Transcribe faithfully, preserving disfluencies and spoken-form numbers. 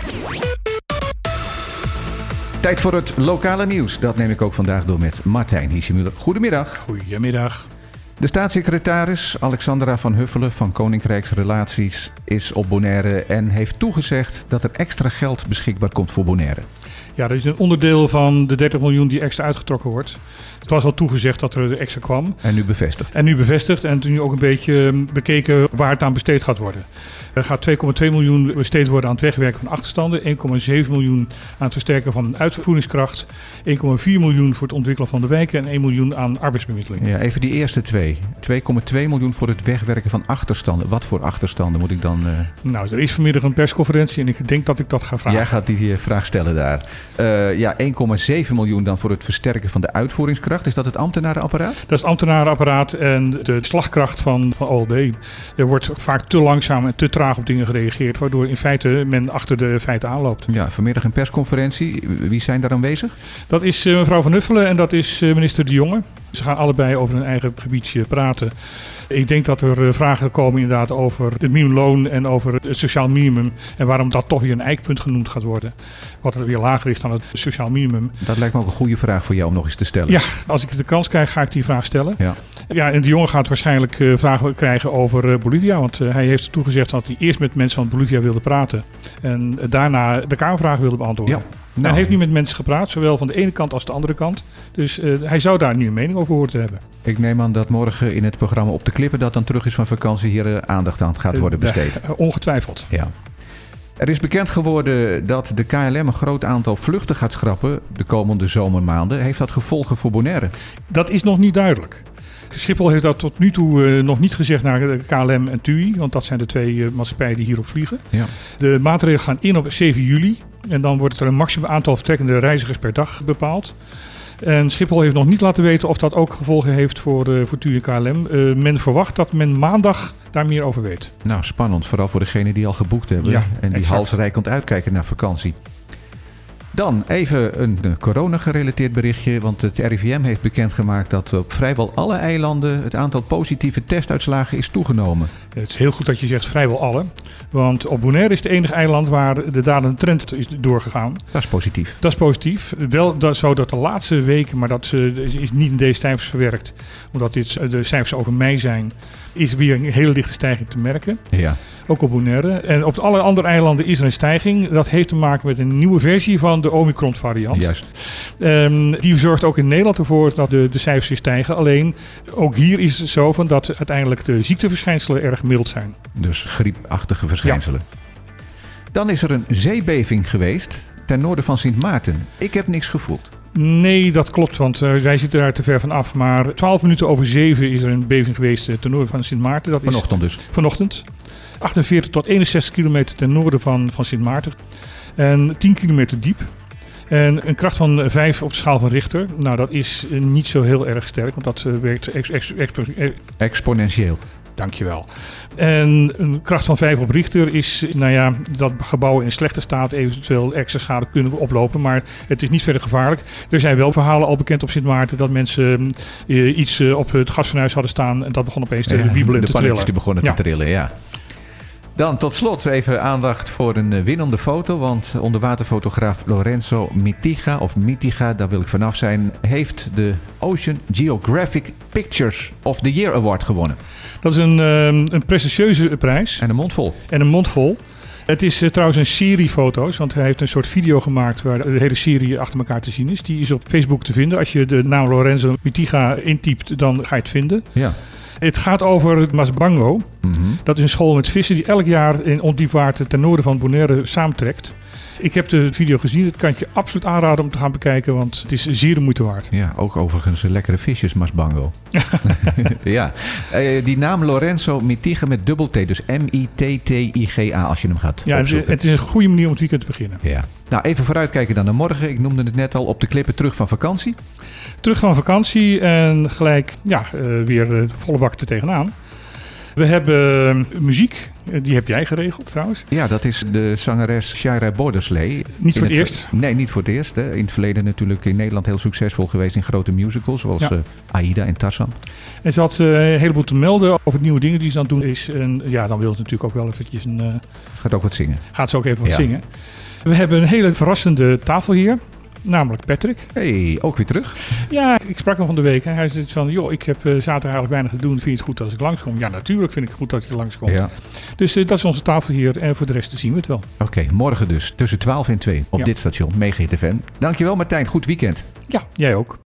Tijd voor het lokale nieuws. Dat neem ik ook vandaag door met Martijn Hiesemuller. Goedemiddag. Goedemiddag. De staatssecretaris Alexandra van Huffelen van Koninkrijksrelaties is op Bonaire en heeft toegezegd dat er extra geld beschikbaar komt voor Bonaire. Ja, dat is een onderdeel van de dertig miljoen die extra uitgetrokken wordt. Het was al toegezegd dat er extra kwam. En nu bevestigd. En nu bevestigd en nu ook een beetje bekeken waar het aan besteed gaat worden. Er gaat twee komma twee miljoen besteed worden aan het wegwerken van achterstanden. één komma zeven miljoen aan het versterken van uitvoeringskracht. één komma vier miljoen voor het ontwikkelen van de wijken. En één miljoen aan arbeidsbemiddeling. Ja, even die eerste twee. twee komma twee miljoen voor het wegwerken van achterstanden. Wat voor achterstanden moet ik dan... Uh... Nou, er is vanmiddag een persconferentie en ik denk dat ik dat ga vragen. Jij gaat die vraag stellen daar. Uh, ja, één komma zeven miljoen dan voor het versterken van de uitvoeringskracht. Is dat het ambtenarenapparaat? Dat is het ambtenarenapparaat en de slagkracht van, van O L B. Er wordt vaak te langzaam en te traag op dingen gereageerd, waardoor in feite men achter de feiten aanloopt. Ja, vanmiddag een persconferentie. Wie zijn daar aanwezig? Dat is uh, mevrouw Van Huffelen en dat is uh, minister De Jonge. Ze gaan allebei over hun eigen gebiedje praten. Ik denk dat er uh, vragen komen inderdaad over het minimumloon en over het sociaal minimum. En waarom dat toch weer een eikpunt genoemd gaat worden. Wat er weer lager is dan het sociaal minimum. Dat lijkt me ook een goede vraag voor jou om nog eens te stellen. Ja, als ik de kans krijg ga ik die vraag stellen. Ja, ja en De Jonge gaat waarschijnlijk uh, vragen krijgen over uh, Bolivia. Want uh, hij heeft toegezegd dat hij eerst met mensen van Bolivia wilde praten. En uh, daarna de Kamervraag wilde beantwoorden. Ja. Nou. Hij heeft nu met mensen gepraat, zowel van de ene kant als de andere kant. Dus uh, hij zou daar nu een mening over horen te hebben. Ik neem aan dat morgen in het programma Op de Klippen, dat dan terug is van vakantie, hier uh, aandacht aan gaat worden besteed. Uh, ongetwijfeld. Ja. Er is bekend geworden dat de K L M een groot aantal vluchten gaat schrappen de komende zomermaanden. Heeft dat gevolgen voor Bonaire? Dat is nog niet duidelijk. Schiphol heeft dat tot nu toe uh, nog niet gezegd naar de K L M en T U I, want dat zijn de twee uh, maatschappijen die hierop vliegen. Ja. De maatregelen gaan in op zeven juli en dan wordt er een maximum aantal vertrekkende reizigers per dag bepaald. En Schiphol heeft nog niet laten weten of dat ook gevolgen heeft voor, uh, voor T U I en K L M. Uh, men verwacht dat men maandag daar meer over weet. Nou, spannend. Vooral voor degenen die al geboekt hebben. Ja, en die exact. halsreikend uitkijken naar vakantie. Dan even een corona-gerelateerd berichtje, want het R I V M heeft bekendgemaakt dat op vrijwel alle eilanden het aantal positieve testuitslagen is toegenomen. Het is heel goed dat je zegt vrijwel alle, want op Bonaire is het enige eiland waar de dalende trend is doorgegaan. Dat is positief. Dat is positief. Wel dat, zo dat de laatste weken, maar dat uh, is niet in deze cijfers verwerkt, omdat dit de cijfers over mei zijn, is weer een hele lichte stijging te merken. Ja. Ook op Bonaire. En op alle andere eilanden is er een stijging. Dat heeft te maken met een nieuwe versie van de Omicron variant. Juist. Um, die zorgt ook in Nederland ervoor dat de, de cijfers weer stijgen. Alleen ook hier is het zo van dat uiteindelijk de ziekteverschijnselen erg mild zijn. Dus griepachtige verschijnselen. Ja. Dan is er een zeebeving geweest ten noorden van Sint Maarten. Ik heb niks gevoeld. Nee, dat klopt, want uh, wij zitten daar te ver van af. Maar twaalf minuten over zeven is er een beving geweest uh, ten noorden van Sint Maarten. Dat vanochtend is dus? Vanochtend. achtenveertig tot eenenzestig kilometer ten noorden van, van Sint Maarten. En tien kilometer diep. En een kracht van vijf op de schaal van Richter. Nou, dat is uh, niet zo heel erg sterk, want dat uh, werkt ex, ex, ex, ex, exponentieel. Dankjewel. En een kracht van vijf op Richter is, nou ja, dat gebouwen in slechte staat eventueel extra schade kunnen oplopen. Maar het is niet verder gevaarlijk. Er zijn wel verhalen al bekend op Sint Maarten dat mensen uh, iets uh, op het gasfornuis hadden staan. En dat begon opeens te ja, wiebelen en te trillen. Die begonnen ja. te trillen, ja. Dan tot slot even aandacht voor een winnende foto. Want onderwaterfotograaf Lorenzo Mitiga, of Mitiga, daar wil ik vanaf zijn, heeft de Ocean Geographic Pictures of the Year Award gewonnen. Dat is een, een prestigieuze prijs. En een mond vol. En een mond vol. Het is uh, trouwens een serie foto's, want hij heeft een soort video gemaakt waar de hele serie achter elkaar te zien is. Die is op Facebook te vinden. Als je de naam Lorenzo Mitiga intypt, dan ga je het vinden. Ja. Het gaat over Masbango. Mm-hmm. Dat is een school met vissen die elk jaar in ondiepwater ten noorden van Bonaire saamtrekt. Ik heb de video gezien. Het kan ik je absoluut aanraden om te gaan bekijken, want het is zeer de moeite waard. Ja, ook overigens lekkere visjes, Masbango. Ja, uh, die naam Lorenzo Mitiga met dubbel T, dus M I T T I G A als je hem gaat ja, opzoeken. Ja, het is een goede manier om het weekend te beginnen. Ja. Nou, even vooruitkijken dan naar morgen. Ik noemde het net al, op de klippen terug van vakantie. Terug van vakantie en gelijk ja, uh, weer uh, volle bak er tegenaan. We hebben uh, muziek, uh, die heb jij geregeld trouwens. Ja, dat is de zangeres Shaira Bordersley. Niet voor het het eerst? Ver- nee, niet voor het eerst. Hè. In het verleden natuurlijk in Nederland heel succesvol geweest in grote musicals, zoals ja. uh, Aida en Tarzan. En ze had uh, een heleboel te melden over nieuwe dingen die ze aan het doen is. En ja, dan wil het natuurlijk ook wel eventjes een... Uh, ze gaat ook wat zingen. Gaat ze ook even wat ja. zingen. We hebben een hele verrassende tafel hier. Namelijk Patrick. Hey, ook weer terug? Ja, ik sprak hem van de week. En hij zei van, joh, ik heb uh, zaterdag eigenlijk weinig te doen. Vind je het goed als ik langskom? Ja, natuurlijk vind ik het goed dat je langskomt. Ja. Dus uh, dat is onze tafel hier. En voor de rest zien we het wel. Oké, okay, morgen dus tussen twaalf en twee op ja. dit station, Mega Hit F M. Dankjewel Martijn, goed weekend. Ja, jij ook.